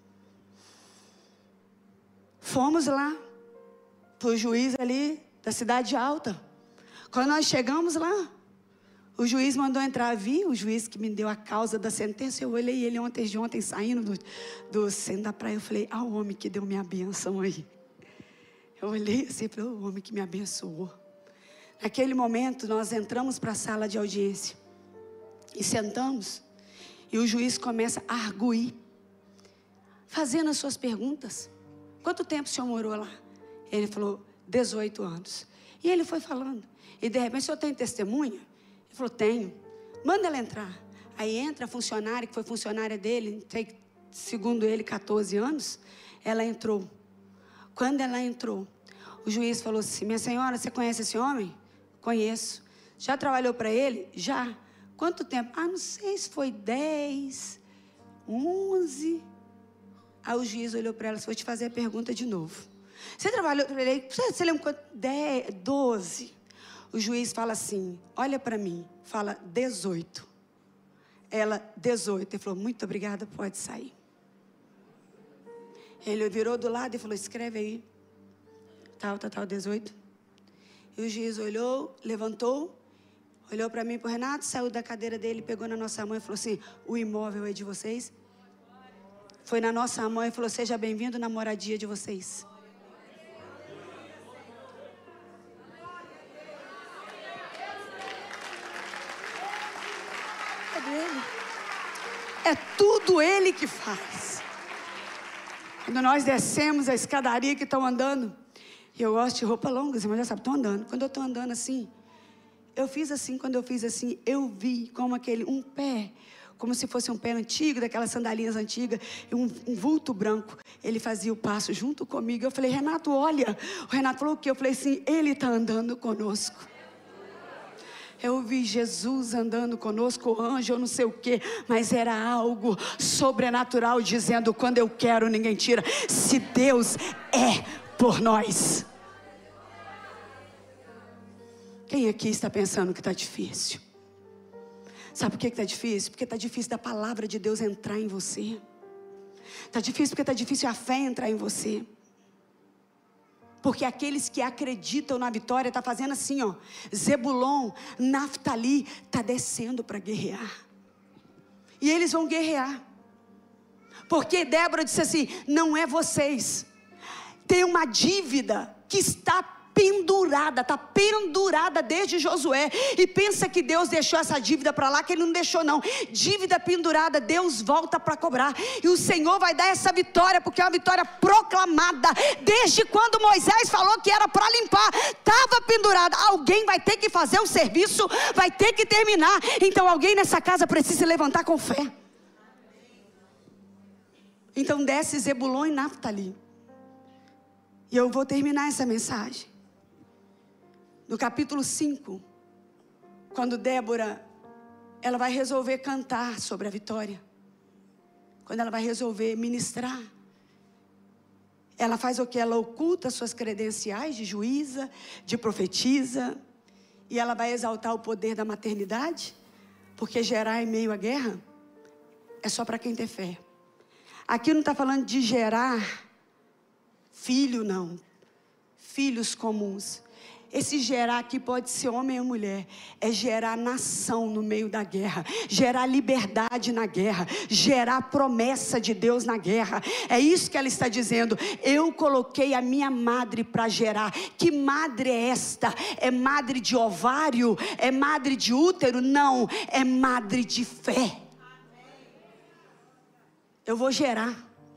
Fomos lá para o juiz ali da cidade alta. Quando nós chegamos lá, o juiz mandou entrar. Vi o juiz que me deu a causa da sentença. Eu olhei ele ontem de ontem saindo do, do centro da praia. Eu falei, ah, o homem que deu minha bênção aí. Eu olhei assim e falei, o homem que me abençoou. Naquele momento nós entramos para a sala de audiência e sentamos. E o juiz começa a arguir, fazendo as suas perguntas. Quanto tempo o senhor morou lá? Ele falou, dezoito anos. E ele foi falando. E de repente, o senhor tem testemunha? Ele falou, tenho. Manda ela entrar. Aí entra a funcionária, que foi funcionária dele, segundo ele, catorze anos. Ela entrou. Quando ela entrou, o juiz falou assim, minha senhora, você conhece esse homem? Conheço. Já trabalhou para ele? Já. Quanto tempo? Ah, não sei se foi dez, onze. Aí o juiz olhou para ela e disse, vou te fazer a pergunta de novo. Você trabalhou para ele? Você lembra quanto? dez, doze. O juiz fala assim, olha para mim, fala dezoito. Ela, dezoito. Ele falou, muito obrigada, pode sair. Ele virou do lado e falou, escreve aí. Tal, tal, tal, dezoito. E o juiz olhou, levantou. Olhou para mim e para o Renato, saiu da cadeira dele, pegou na nossa mão e falou assim, o imóvel é de vocês? Foi na nossa mão e falou, seja bem-vindo na moradia de vocês. É dele. É tudo ele que faz. Quando nós descemos a escadaria que estão andando, e eu gosto de roupa longa, você já sabe, estou andando. Quando eu estou andando assim, eu fiz assim, quando eu fiz assim, eu vi como aquele, um pé, como se fosse um pé antigo, daquelas sandalinhas antigas, um, um vulto branco. Ele fazia o passo junto comigo. Eu falei, Renato, olha. O Renato falou o quê? Eu falei assim, ele está andando conosco. Eu vi Jesus andando conosco, o anjo, eu não sei o quê, mas era algo sobrenatural, dizendo, quando eu quero, ninguém tira. Se Deus é por nós. Quem aqui está pensando que está difícil? Sabe por que está difícil? Porque está difícil da palavra de Deus entrar em você. Está difícil porque está difícil a fé entrar em você. Porque aqueles que acreditam na vitória, está fazendo assim, ó. Zebulon, Naftali, está descendo para guerrear. E eles vão guerrear. Porque Débora disse assim, não é vocês. Tem uma dívida que está pendurada, está pendurada desde Josué, e pensa que Deus deixou essa dívida para lá, que Ele não deixou não. Dívida pendurada, Deus volta para cobrar, e o Senhor vai dar essa vitória, porque é uma vitória proclamada, desde quando Moisés falou que era para limpar, estava pendurada. Alguém vai ter que fazer o serviço, vai ter que terminar, então alguém nessa casa precisa se levantar com fé. Então desce Zebulon e Naftali, e eu vou terminar essa mensagem no capítulo cinco, quando Débora, ela vai resolver cantar sobre a vitória, quando ela vai resolver ministrar, ela faz o que? Ela oculta suas credenciais de juíza, de profetisa, e ela vai exaltar o poder da maternidade, porque gerar em meio à guerra é só para quem tem fé. Aqui não está falando de gerar filho, não, filhos comuns. Esse gerar aqui pode ser homem ou mulher, é gerar nação no meio da guerra, gerar liberdade na guerra, gerar promessa de Deus na guerra. É isso que ela está dizendo. Eu coloquei a minha madre para gerar. Que madre é esta? É madre de ovário? É madre de útero? Não, é madre de fé. Eu vou gerar.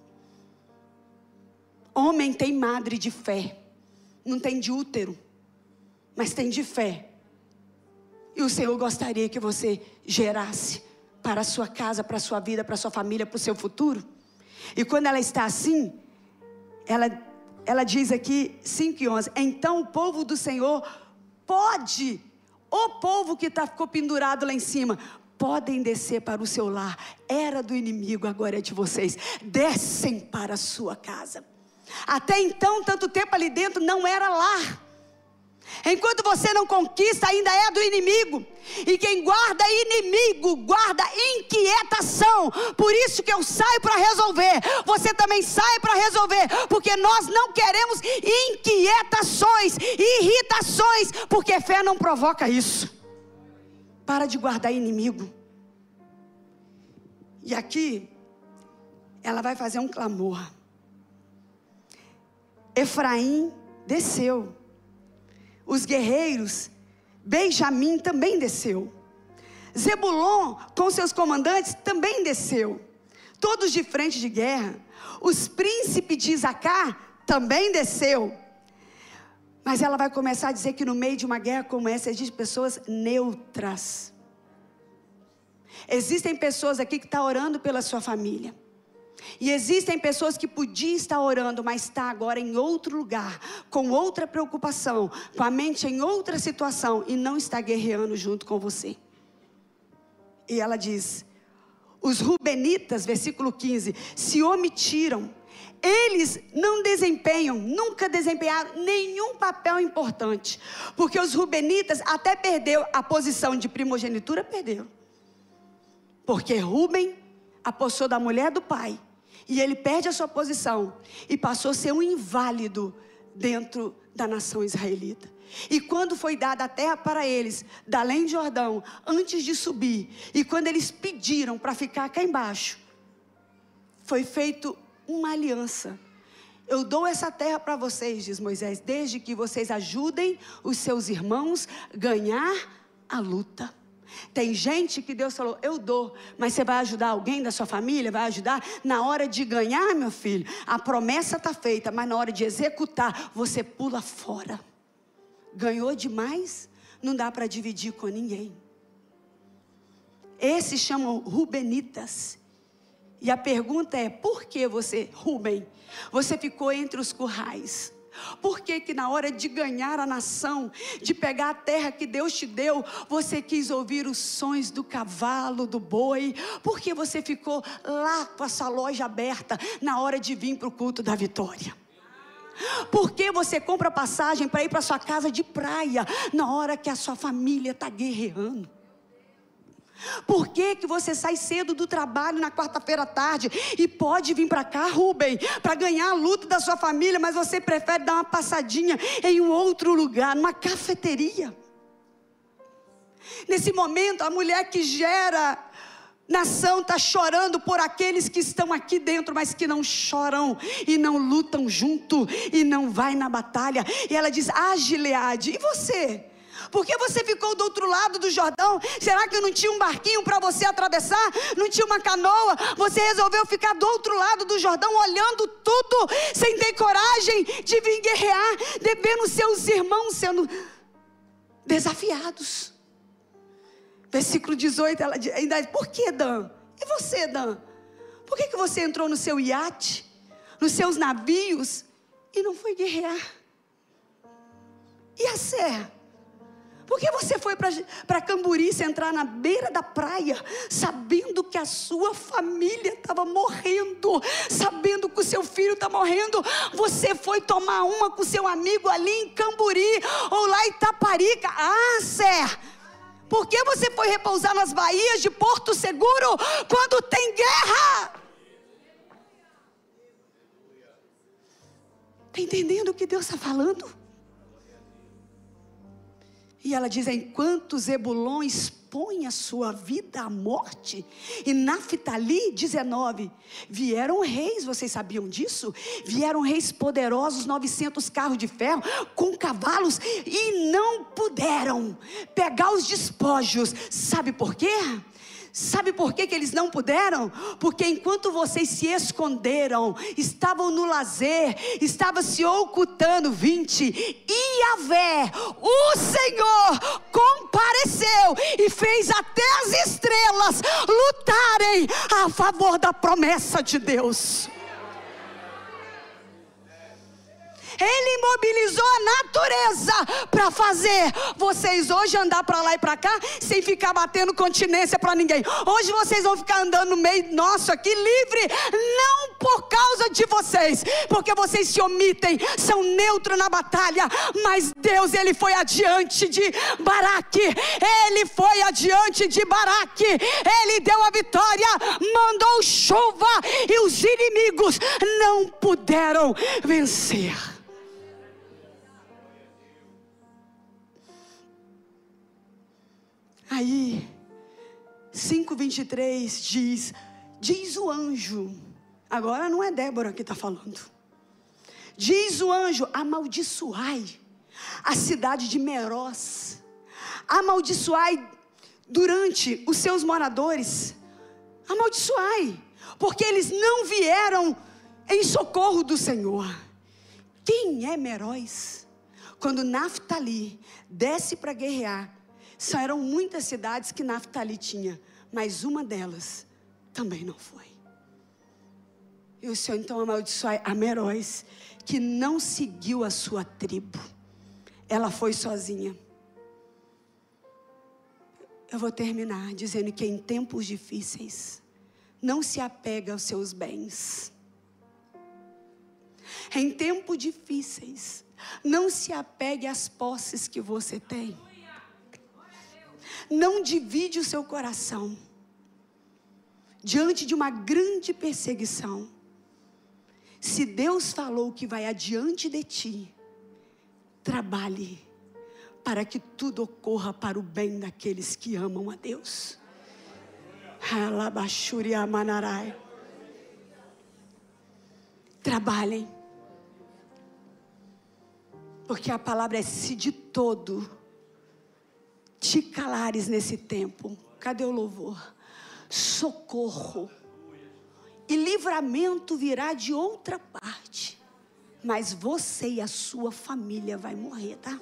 Homem tem madre de fé, não tem de útero, mas tem de fé. E o Senhor gostaria que você gerasse para a sua casa, para a sua vida, para a sua família, para o seu futuro. E quando ela está assim, ela, ela diz aqui, cinco e onze, então o povo do Senhor pode, o povo que tá, ficou pendurado lá em cima, podem descer para o seu lar. Era do inimigo, agora é de vocês. Descem para a sua casa. Até então, tanto tempo ali dentro, não era lar. Enquanto você não conquista, ainda é do inimigo. E quem guarda inimigo, guarda inquietação. Por isso que eu saio para resolver. Você também sai para resolver. Porque nós não queremos inquietações, irritações. Porque fé não provoca isso. Para de guardar inimigo. E aqui, ela vai fazer um clamor. Efraim desceu. Os guerreiros, Benjamim também desceu. Zebulon, com seus comandantes, também desceu. Todos de frente de guerra. Os príncipes de Isacar também desceu. Mas ela vai começar a dizer que no meio de uma guerra como essa, existem pessoas neutras. Existem pessoas aqui que estão orando pela sua família. E existem pessoas que podiam estar orando, mas está agora em outro lugar, com outra preocupação, com a mente em outra situação, e não está guerreando junto com você. E ela diz, os Rubenitas, versículo quinze, se omitiram. Eles não desempenham, nunca desempenharam nenhum papel importante. Porque os Rubenitas até perdeu a posição de primogenitura, perderam. Porque Ruben apossou da mulher do pai. E ele perde a sua posição. E passou a ser um inválido dentro da nação israelita. E quando foi dada a terra para eles, da além de Jordão, antes de subir. E quando eles pediram para ficar cá embaixo, foi feito uma aliança. Eu dou essa terra para vocês, diz Moisés, desde que vocês ajudem os seus irmãos a ganhar a luta. Tem gente que Deus falou, eu dou, mas você vai ajudar alguém da sua família? Vai ajudar? Na hora de ganhar, meu filho, a promessa está feita, mas na hora de executar, você pula fora. Ganhou demais? Não dá para dividir com ninguém. Esses chamam Rubenitas. E a pergunta é, por que você, Ruben, você ficou entre os currais? Por que que na hora de ganhar a nação, de pegar a terra que Deus te deu, você quis ouvir os sons do cavalo, do boi? Por que você ficou lá com a sua loja aberta na hora de vir para o culto da vitória? Por que você compra passagem para ir para sua casa de praia na hora que a sua família está guerreando? Por que que você sai cedo do trabalho na quarta-feira à tarde e pode vir para cá, Rubem, para ganhar a luta da sua família, mas você prefere dar uma passadinha em um outro lugar, numa cafeteria? Nesse momento, a mulher que gera nação está chorando por aqueles que estão aqui dentro, mas que não choram e não lutam junto e não vai na batalha. E ela diz, ah, Gileade, e você? Por que você ficou do outro lado do Jordão? Será que não tinha um barquinho para você atravessar? Não tinha uma canoa? Você resolveu ficar do outro lado do Jordão, olhando tudo, sem ter coragem de vir guerrear, devendo seus irmãos sendo desafiados. Versículo dezoito, ela ainda diz, por que, Dan? E você, Dan? Por que que você entrou no seu iate, nos seus navios, e não foi guerrear? E a serra? Por que você foi para Camburi, se entrar na beira da praia, sabendo que a sua família estava morrendo, sabendo que o seu filho está morrendo? Você foi tomar uma com seu amigo ali em Camburi, ou lá em Itaparica. Ah, Sé, por que você foi repousar nas baías de Porto Seguro, quando tem guerra? Está entendendo o que Deus está falando? E ela diz, enquanto Zebulon expõe a sua vida à morte, e Naftali, dezenove, vieram reis, vocês sabiam disso? Vieram reis poderosos, novecentos carros de ferro, com cavalos, e não puderam pegar os despojos. Sabe por quê? Sabe por que que eles não puderam? Porque enquanto vocês se esconderam, estavam no lazer, estavam se ocultando, vinte, Iavé, o Senhor, compareceu desceu e fez até as estrelas lutarem a favor da promessa de Deus. Ele mobilizou a natureza para fazer vocês hoje andar para lá e para cá sem ficar batendo continência para ninguém. Hoje vocês vão ficar andando no meio nosso aqui livre, não por causa de vocês, porque vocês se omitem, são neutros na batalha, mas Deus, Ele foi adiante de Baraque, Ele foi adiante de Baraque, Ele deu a vitória, mandou chuva e os inimigos não puderam vencer. Aí, cinco, vinte e três diz, diz o anjo, agora não é Débora que está falando, diz o anjo, amaldiçoai a cidade de Meroz, amaldiçoai durante os seus moradores, amaldiçoai, porque eles não vieram em socorro do Senhor. Quem é Meroz? Quando Naftali desce para guerrear, só eram muitas cidades que Naftali tinha, mas uma delas também não foi. E o Senhor então amaldiçoou a Meroz, que não seguiu a sua tribo, ela foi sozinha. Eu vou terminar dizendo que em tempos difíceis, não se apega aos seus bens. Em tempos difíceis, não se apegue às posses que você tem. Não divide o seu coração. Diante de uma grande perseguição, se Deus falou que vai adiante de ti, trabalhe para que tudo ocorra para o bem daqueles que amam a Deus. Trabalhem, porque a palavra é: se de todo te calares nesse tempo, cadê o louvor? Socorro e livramento virá de outra parte, mas você e a sua família vai morrer, tá?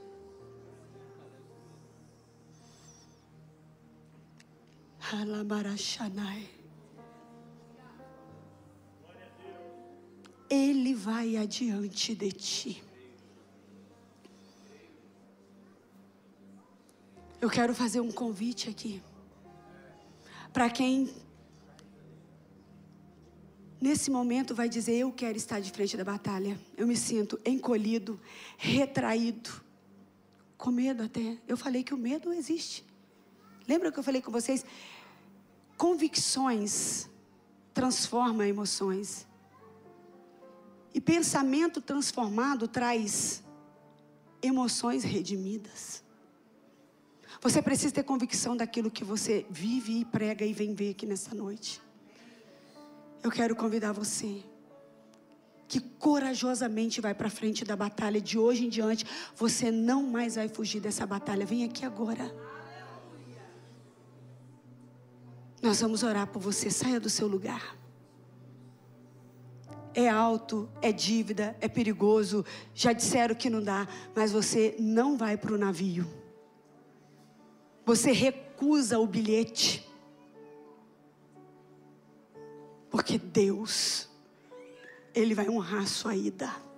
Ele vai adiante de ti. Eu quero fazer um convite aqui, para quem nesse momento vai dizer: eu quero estar de frente da batalha. Eu me sinto encolhido, retraído, com medo até. Eu falei que o medo existe. Lembra que eu falei com vocês? Convicções transformam emoções. E pensamento transformado traz emoções redimidas. Você precisa ter convicção daquilo que você vive e prega e vem ver aqui nessa noite. Eu quero convidar você que corajosamente vai para frente da batalha. De hoje em diante, você não mais vai fugir dessa batalha. Vem aqui agora. Nós vamos orar por você. Saia do seu lugar. É alto, é dívida, é perigoso. Já disseram que não dá, mas você não vai para o navio. Você recusa o bilhete, porque Deus, Ele vai honrar a sua ida.